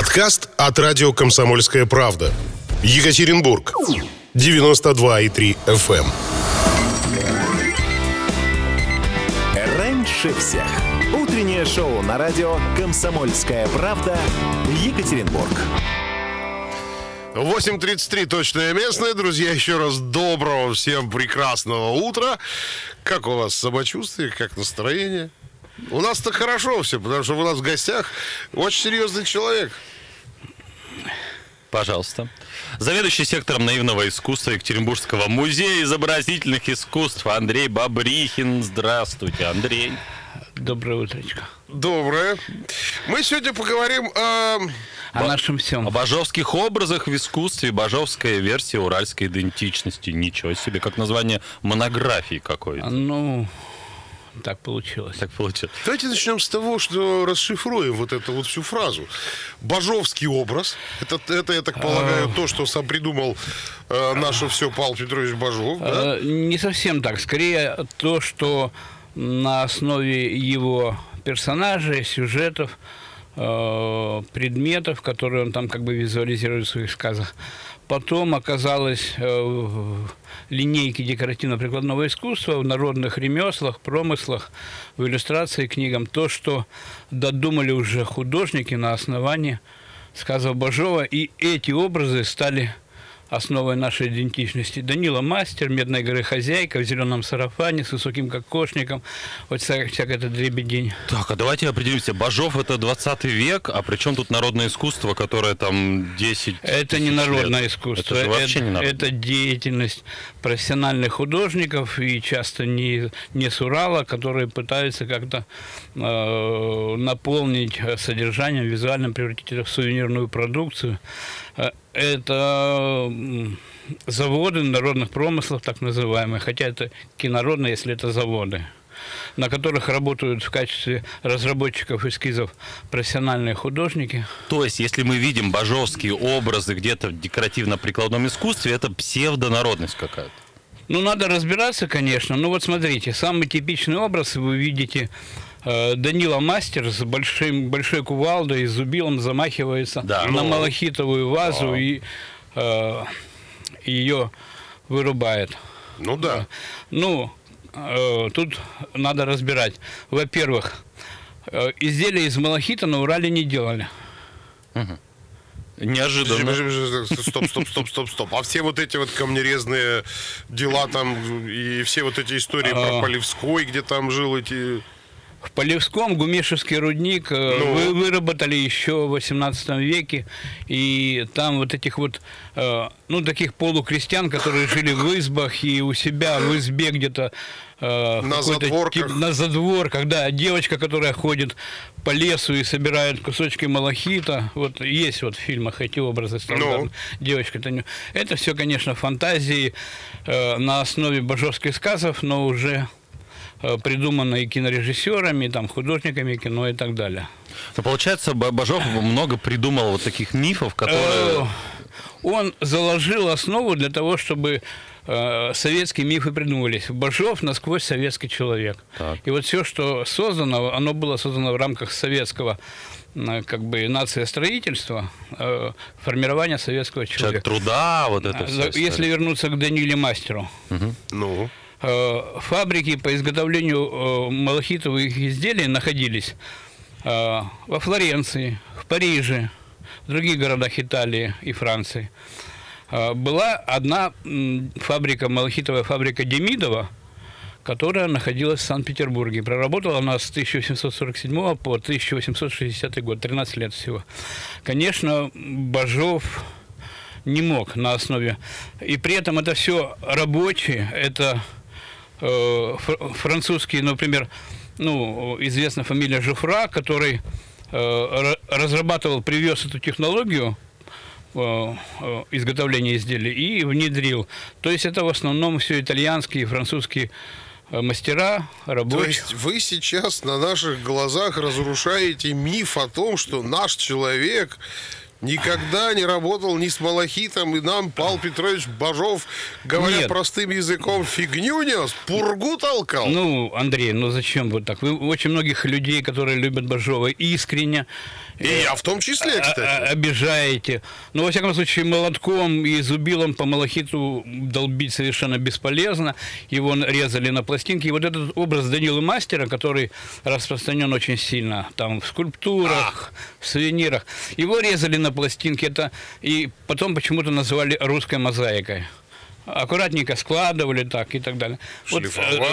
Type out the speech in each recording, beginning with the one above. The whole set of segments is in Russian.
Подкаст от радио «Комсомольская правда». Екатеринбург. 92,3 FM. Раньше всех. Утреннее шоу на радио «Комсомольская правда». Екатеринбург. 8:33 точное местное. Друзья, еще раз доброго всем прекрасного утра. Как у вас самочувствие, как настроение? У нас-то хорошо все, потому что у нас в гостях очень серьезный человек. Пожалуйста. Заведующий сектором наивного искусства Екатеринбургского музея изобразительных искусств Андрей Бобрихин. Здравствуйте, Андрей. Доброе утречко. Доброе. Мы сегодня поговорим о нашем всем. О бажовских образах в искусстве, бажовская версия уральской идентичности. Ничего себе, как название монографии какой-то. Ну, так получилось. Так получилось. Давайте начнем с того, что расшифруем вот эту вот всю фразу. Бажовский образ. Это я так полагаю, то, что сам придумал наше все Павел Петрович Бажов, да? Не совсем так. Скорее то, что на основе его персонажей, сюжетов, предметов, которые он там как бы визуализирует в своих сказах. Потом оказалось в линейке декоративно-прикладного искусства, в народных ремеслах, промыслах, в иллюстрации к книгам, то, что додумали уже художники на основании сказов Бажова, и эти образы стали основой нашей идентичности. Данила Мастер, Медной горы хозяйка, в зеленом сарафане, с высоким кокошником, вот всякая эта дребедень. Так, а давайте определимся. Бажов — это 20 век, а при чем тут народное искусство, которое там 10 Это не народное искусство. Это вообще не народное. Это деятельность профессиональных художников, и часто не с Урала, которые пытаются как-то наполнить содержанием, визуально превратить это в сувенирную продукцию. Это заводы народных промыслов, так называемые, хотя это кинородные, если это заводы, на которых работают в качестве разработчиков эскизов профессиональные художники. То есть, если мы видим бажовские образы где-то в декоративно-прикладном искусстве, это псевдонародность какая-то. Ну, надо разбираться, конечно. Ну, вот смотрите, самый типичный образ вы видите. Данила Мастер с большой кувалдой, с зубилом замахивается на малахитовую вазу и ее вырубает. Ну да. Тут надо разбирать. Во-первых, изделия из малахита на Урале не делали. Угу. Неожиданно. Стоп. А все вот эти вот камнерезные дела там и все вот эти истории про Полевской, где там жил эти... В Полевском Гумешевский рудник выработали еще в XVIII веке, и там вот этих вот, таких полукрестьян, которые жили в избах и у себя в избе где-то на задворках, да, девочка, которая ходит по лесу и собирает кусочки малахита, вот есть вот в фильмах эти образы, девочка-то. Это все, конечно, фантазии на основе бажовских сказов, но уже придумано и кинорежиссерами, и там, художниками кино и так далее. Но получается, Бажов много придумал вот таких мифов, которые... Он заложил основу для того, чтобы советские мифы придумывались. Бажов насквозь советский человек. Так. И вот все, что создано, оно было создано в рамках советского как бы нациостроительства, формирования советского человека. Человек труда, вот это все. Если вернуться к Даниле Мастеру. Угу. Фабрики по изготовлению малахитовых изделий находились во Флоренции, в Париже, в других городах Италии и Франции. Была одна фабрика, малахитовая фабрика Демидова, которая находилась в Санкт-Петербурге. Проработала она с 1847 по 1860 год, 13 лет всего. Конечно, Бажов не мог на основе. И при этом это все рабочие, это французский, например, известная фамилия Жофра, который разрабатывал, привез эту технологию изготовления изделий и внедрил. То есть это в основном все итальянские и французские мастера, рабочие. То есть вы сейчас на наших глазах разрушаете миф о том, что наш человек никогда не работал ни с малахитом, и нам Павел Петрович Бажов, говоря простым языком, фигню нес, пургу толкал. Андрей, зачем вот так? Вы очень многих людей, которые любят Бажова искренне, И я в том числе, кстати. Обижаете. Но, во всяком случае, молотком и зубилом по малахиту долбить совершенно бесполезно. Его резали на пластинки. И вот этот образ Данилы Мастера, который распространен очень сильно там в скульптурах, в сувенирах, его резали на пластинки. Это и потом почему-то называли русской мозаикой. Аккуратненько складывали так и так далее. Вот,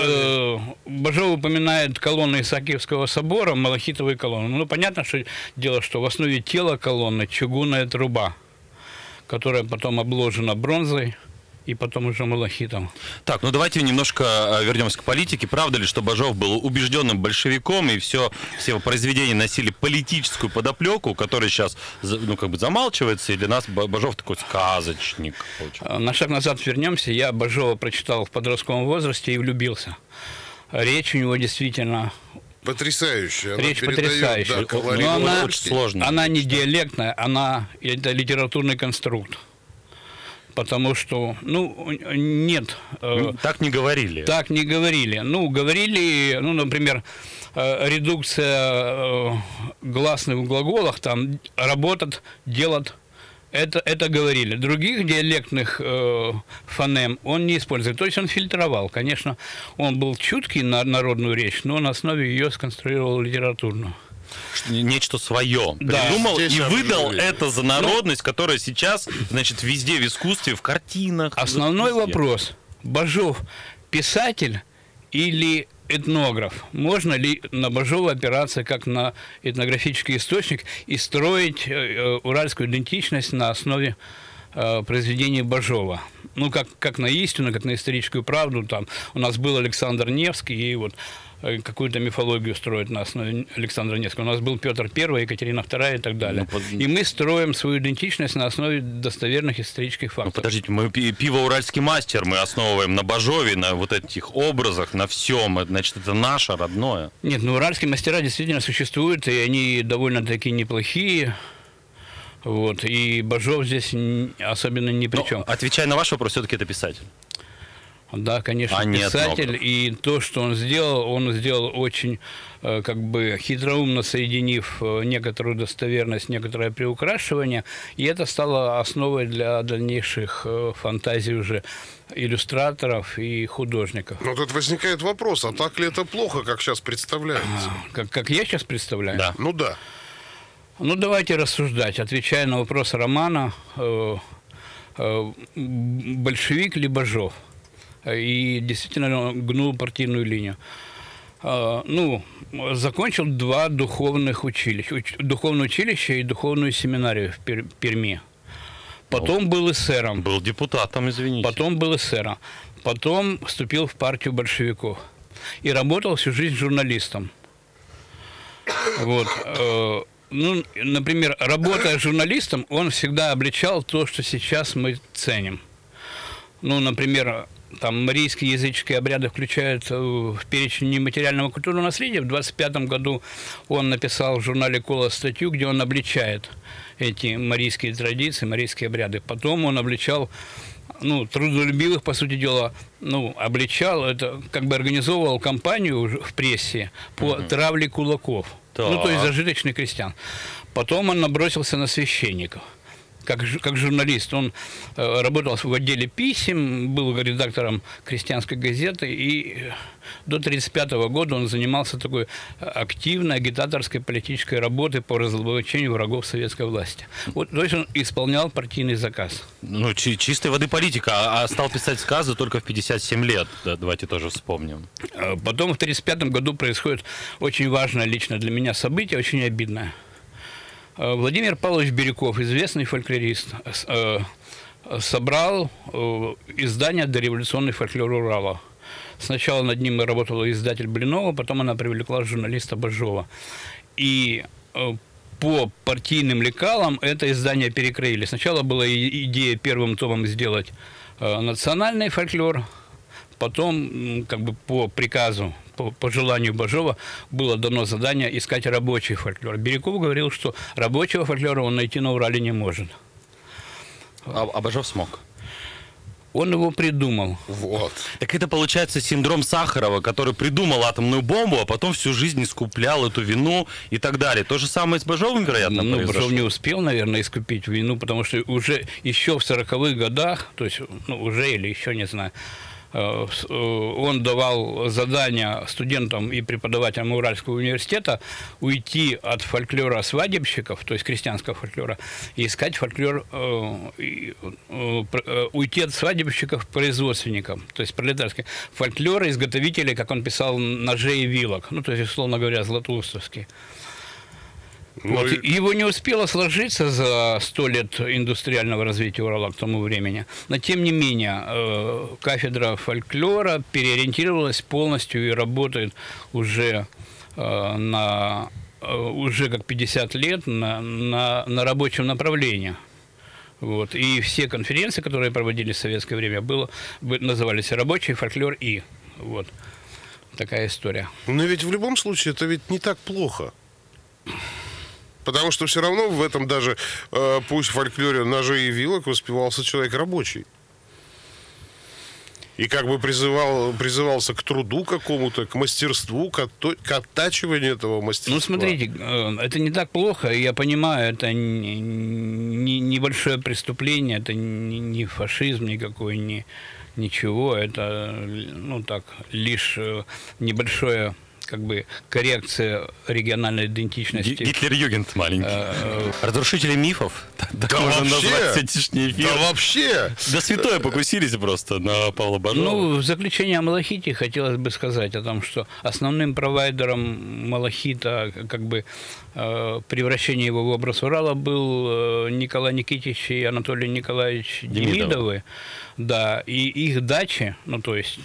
Бажов упоминает колонны Исаакиевского собора, малахитовые колонны. Ну, понятно, что дело, что в основе тела колонны чугунная труба, которая потом обложена бронзой и потом уже малахитом. Так, ну давайте немножко вернемся к политике. Правда ли, что Бажов был убежденным большевиком, и все его произведения носили политическую подоплеку, которая сейчас, ну, как бы замалчивается, и для нас Бажов такой сказочник? На шаг назад вернемся. Я Бажова прочитал в подростковом возрасте и влюбился. Речь у него действительно... Потрясающая. Речь потрясающая. Да, но сложная. Она не диалектная, это литературный конструкт. Потому что, ну, нет. Так не говорили. Так не говорили. Ну, говорили, ну, например, редукция гласных в глаголах, там, работать, делать, это говорили. Других диалектных фонем он не использовал. То есть он фильтровал. Конечно, он был чуткий на народную речь, но на основе ее сконструировал литературную. Нечто свое Да. придумал Здесь и выдал обжили. это за народность, которая сейчас, значит, везде в искусстве, в картинах. Основной везде. вопрос. Бажов писатель или этнограф? Можно ли на Бажова опираться как на этнографический источник и строить уральскую идентичность на основе произведений Бажова? Ну, как на истину, как на историческую правду. Там у нас был Александр Невский, и вот какую-то мифологию строить на основе Александра Невского. У нас был Петр I, Екатерина II и так далее. И мы строим свою идентичность на основе достоверных исторических фактов. Ну, подождите, мы пиво «Уральский мастер» мы основываем на Бажове, на вот этих образах, на всем. Значит, это наше, родное. Нет, ну уральские мастера действительно существуют, и они довольно-таки неплохие. Вот, и Бажов здесь особенно ни при чем. Отвечая на ваш вопрос, все-таки это писатель. Да, конечно, писатель. И то, что он сделал очень как бы хитроумно, соединив некоторую достоверность, некоторое приукрашивание. И это стало основой для дальнейших фантазий уже иллюстраторов и художников. Но тут возникает вопрос, а так ли это плохо, как сейчас представляется? Как я сейчас представляю? Да. Ну да. Ну, давайте рассуждать. Отвечая на вопрос Романа, большевик ли Бажов? И действительно гнул партийную линию. Ну, закончил 2 духовных училища. Духовное училище и духовную семинарию в Перми. Потом был эсером. Был депутатом, извините. Потом был эсером. Потом вступил в партию большевиков. И работал всю жизнь журналистом. Вот. Ну, например, работая журналистом, он всегда обличал то, что сейчас мы ценим. Ну, например, там марийские языческие обряды включают в перечень нематериального культурного наследия. В 1925 году он написал в журнале «Колос» статью, где он обличает эти марийские традиции, марийские обряды. Потом он обличал, ну, трудолюбивых, по сути дела, ну, обличал, это как бы организовывал кампанию в прессе по травле кулаков. Так. Ну, то есть зажиточных крестьян. Потом он набросился на священников. Как журналист. Он работал в отделе писем, был редактором крестьянской газеты, и до 1935 года он занимался такой активной агитаторской политической работой по разоблачению врагов советской власти. Вот, то есть он исполнял партийный заказ. Ну, чистой воды политика, а стал писать сказы только в 57 лет. Да, давайте тоже вспомним. Потом в 1935 году происходит очень важное лично для меня событие, очень обидное. Владимир Павлович Бирюков, известный фольклорист, собрал издание «Дореволюционный фольклор Урала». Сначала над ним работала издатель Блинова, потом она привлекла журналиста Бажова. И по партийным лекалам это издание перекроили. Сначала была идея первым томом сделать национальный фольклор, потом как бы по приказу, по желанию Бажова было дано задание искать рабочий фольклор. Бирюков говорил, что рабочего фольклора он найти на Урале не может. А Бажов смог? Он его придумал. Вот. Так это получается синдром Сахарова, который придумал атомную бомбу, а потом всю жизнь искуплял эту вину и так далее. То же самое с Бажовым, вероятно, Ну, произошло. Бажов не успел, наверное, искупить вину, потому что уже еще в 40-х годах, то есть, ну, уже или еще, не знаю, он давал задания студентам и преподавателям Уральского университета уйти от фольклора свадебщиков, то есть крестьянского фольклора, и искать фольклор, уйти от свадебщиков к производственникам, то есть пролетарский. Фольклора изготовителей, как он писал, ножей и вилок, ну, то есть, условно говоря, златоустовский. Ну, Вот. Его не успело сложиться за 100 лет индустриального развития Урала к тому времени. Но, тем не менее, кафедра фольклора переориентировалась полностью и работает уже уже как 50 лет на рабочем направлении. Вот. И все конференции, которые проводились в советское время, назывались «Рабочий фольклор И». Вот. Такая история. Но ведь в любом случае это ведь не так плохо. Потому что все равно в этом даже, пусть в фольклоре ножей и вилок, воспевался человек рабочий. И как бы призывался к труду какому-то, к мастерству, к оттачиванию этого мастерства. Ну, смотрите, это не так плохо, я понимаю, это небольшое преступление, это не фашизм никакой, ничего, это, ну, так, лишь небольшое, как бы, коррекция региональной идентичности. Гитлер-югент маленький. Разрушители мифов. Так Да можно вообще! назвать сегодняшний эфир. Да вообще! Да святое покусились просто на Павла Бажова. Ну, в заключение о Малахите хотелось бы сказать о том, что основным провайдером Малахита, как бы, превращение его в образ Урала был Николай Никитич и Анатолий Николаевич Демидовы. Да, и их дачи, ну, то есть,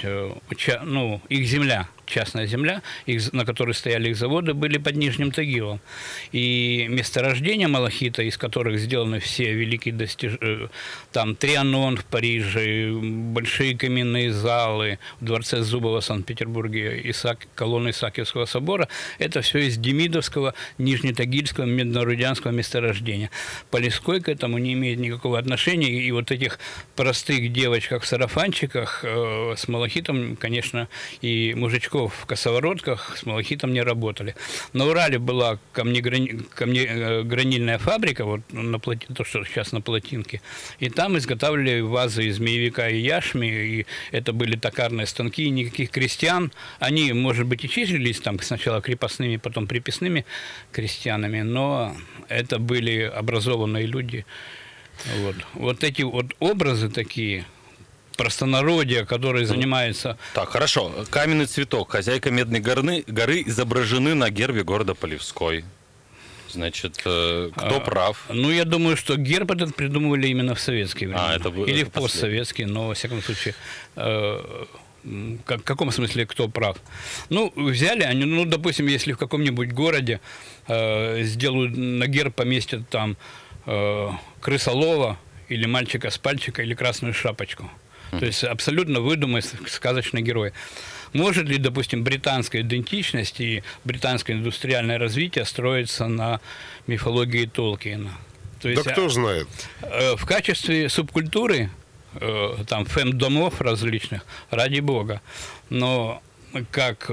их земля, частная земля, на которой стояли их заводы, были под Нижним Тагилом. И месторождения малахита, из которых сделаны все великие достижения, там Трианон в Париже, большие каменные залы в дворце Зубова в Санкт-Петербурге, колонны Исаакиевского собора, это все из Демидовского, Нижнетагильского, Меднорудянского месторождения. Полесской к этому не имеет никакого отношения, и вот этих простых девочках в сарафанчиках с малахитом, конечно, и мужичков в косоворотках с малахитом не работали. На Урале была камнегранильная фабрика, вот то, что сейчас на Плотинке, и там изготавливали вазы из змеевика и яшми, и это были токарные станки, и никаких крестьян. Они, может быть, и числились там сначала крепостными, потом приписными крестьянами, но это были образованные люди. Вот эти вот образы такие, простонародье, которые занимаются... Так, хорошо. Каменный цветок, хозяйка Медной горы изображены на гербе города Полевской. Значит, кто прав? Ну, я думаю, что герб этот придумывали именно в советские времена. Или это в постсоветские, но, во всяком случае, в каком смысле кто прав? Ну, взяли они, ну, допустим, если в каком-нибудь городе сделают на герб, поместят там крысолова или мальчика с пальчика или красную шапочку. То есть абсолютно выдуманный сказочный герой. Может ли, допустим, британская идентичность и британское индустриальное развитие строиться на мифологии Толкиена? То есть, да кто знает. В качестве субкультуры, там, фэм-домов различных, ради бога, но как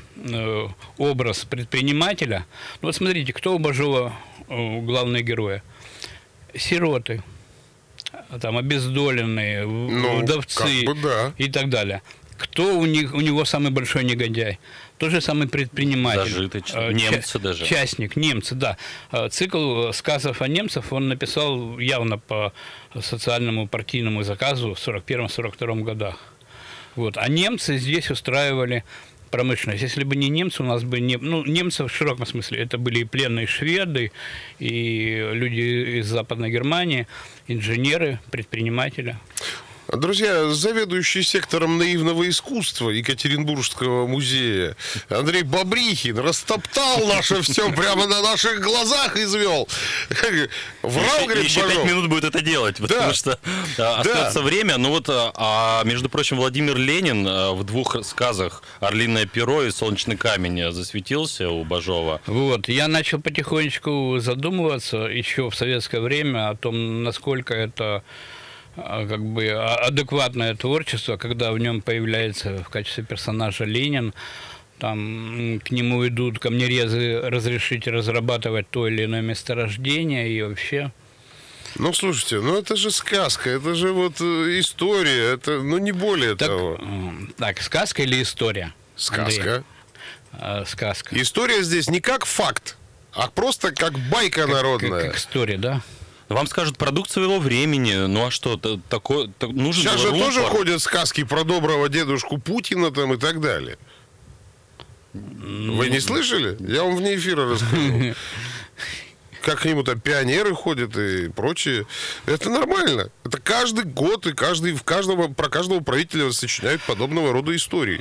образ предпринимателя, ну вот смотрите, кто у Бажова главные герои? Сироты. Там обездоленные, вдовцы, как бы да. И так далее. Кто у него самый большой негодяй? Тот же самый предприниматель. Зажиточный. Немцы даже. Частник, немцы, да. Цикл сказов о немцах он написал явно по социальному партийному заказу в 1941-1942 годах. Вот. А немцы здесь устраивали промышленность. Если бы не немцы, у нас бы не... Ну, немцы в широком смысле. Это были и пленные шведы, и люди из Западной Германии, инженеры, предприниматели. Друзья, заведующий сектором наивного искусства Екатеринбургского музея Андрей Бобрихин растоптал наше все прямо на наших глазах извел. Врал, говорит, еще 5 минут будет это делать, потому что остается время. Ну вот, между прочим, Владимир Ленин в 2 сказах «Орлиное перо» и «Солнечный камень» засветился у Бажова. Вот, я начал потихонечку задумываться еще в советское время о том, насколько это как бы адекватное творчество, когда в нем появляется в качестве персонажа Ленин, там к нему идут камнерезы разрешить разрабатывать то или иное месторождение и вообще. Ну, слушайте, это же сказка, это же вот история, это, не более того. Так, сказка или история? Сказка. Сказка. История здесь не как факт, а просто как байка народная. Как история, да? Вам скажут, продукт своего времени. Ну а что, такое нужен Сейчас же рупор. тоже ходят сказки про доброго дедушку Путина там и так далее. Вы не слышали? Я вам вне эфира расскажу. Как к нему там пионеры ходят и прочее. Это нормально. Это каждый год и про каждого правителя сочиняют подобного рода истории.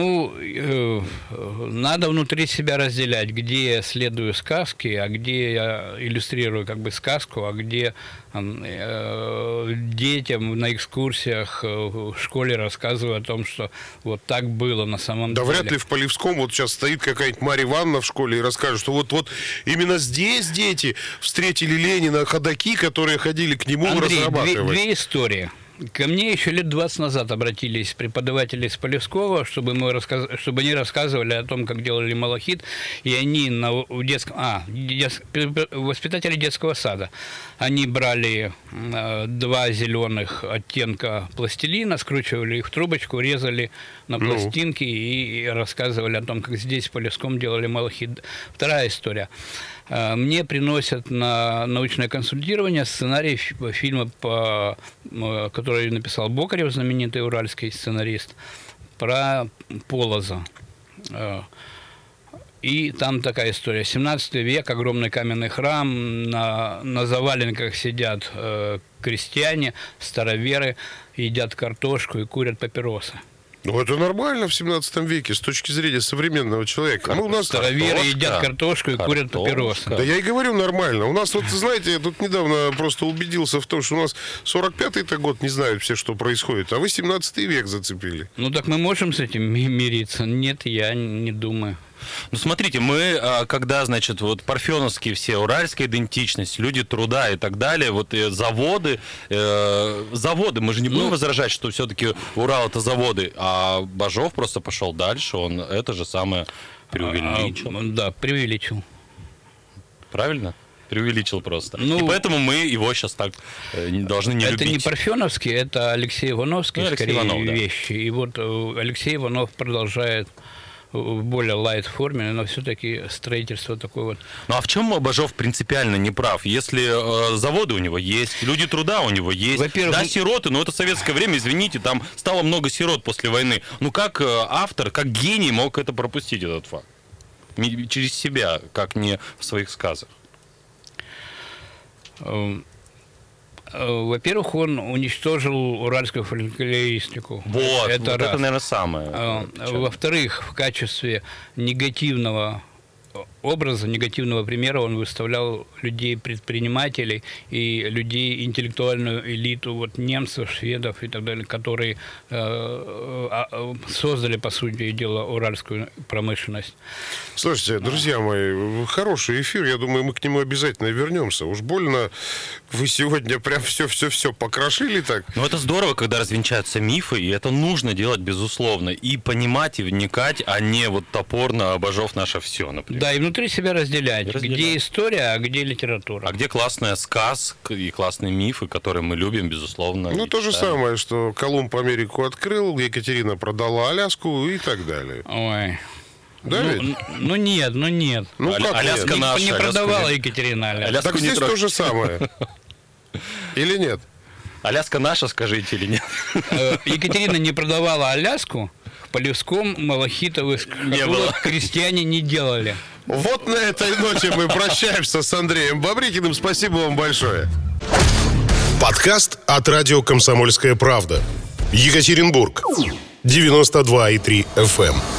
Надо внутри себя разделять, где я следую сказке, а где я иллюстрирую как бы сказку, а где детям на экскурсиях в школе рассказываю о том, что вот так было на самом деле. Да вряд ли в Полевском вот сейчас стоит какая-нибудь Марья Ивановна в школе и расскажет, что вот именно здесь дети встретили Ленина, ходаки, которые ходили к нему, Андрей, разрабатывать. Две истории. Ко мне еще лет 20 назад обратились преподаватели из Полевского, чтобы они рассказывали о том, как делали малахит, и они воспитатели детского сада. Они брали 2 зеленых оттенка пластилина, скручивали их в трубочку, резали на пластинки и рассказывали о том, как здесь в Полевском делали малахит. Вторая история. Мне приносят на научное консультирование сценарий фильма, который написал Бокарев, знаменитый уральский сценарист, про Полоза. И там такая история. 17 век, огромный каменный храм, на заваленках сидят крестьяне, староверы, едят картошку и курят папиросы. Это нормально в 17 веке с точки зрения современного человека. У нас староверы едят картошку и курят папиросы. Да я и говорю нормально. У нас знаете, я тут недавно просто убедился в том, что у нас 45-й год, не знают все, что происходит, а вы 17 век зацепили. Так мы можем с этим мириться? Нет, я не думаю. Смотрите, мы, когда, вот парфеновские все, уральская идентичность, люди труда и так далее, заводы, мы же не будем возражать, что все-таки Урал — это заводы, а Бажов просто пошел дальше, он это же самое преувеличил. Да, преувеличил. Правильно? Преувеличил просто. И поэтому мы его сейчас так должны не любить. Это не парфеновский, это Алексей Ивановский, скорее, вещи. И Алексей Иванов продолжает в более лайт форме, но все-таки строительство такое вот. А в чем Бажов принципиально не прав? Если заводы у него есть, люди труда у него есть, да, сироты, но это советское время, извините, там стало много сирот после войны. Как автор, как гений мог это пропустить, этот факт? Через себя, как не в своих сказах. Во-первых, он уничтожил уральскую фольклористику. Это, наверное, самое. Во-вторых, в качестве негативного образа, негативного примера он выставлял людей-предпринимателей и людей, интеллектуальную элиту, немцев, шведов и так далее, которые создали, по сути дела, уральскую промышленность. Слушайте, друзья мои, хороший эфир, я думаю, мы к нему обязательно вернемся. Уж больно вы сегодня прям все покрошили так. Это здорово, когда развенчаются мифы, и это нужно делать, безусловно, и понимать, и вникать, а не топорно Бажов наше все, например. Да, и внутри себя разделять, где история, а где литература. А где классная сказка и классные мифы, которые мы любим, безусловно. То же самое, что Колумб Америку открыл, Екатерина продала Аляску и так далее. Ой. Да нет. Как Аляска нет? наша. Не продавала Екатерина Аляску. Так здесь то же самое. Или нет? Аляска наша, скажите, или нет? Екатерина не продавала Аляску, в Полевском малахитовых шкатулок крестьяне не делали. Вот на этой ноте мы прощаемся с Андреем Бабрикиным. Спасибо вам большое. Подкаст от радио «Комсомольская правда». Екатеринбург. 92,3 FM.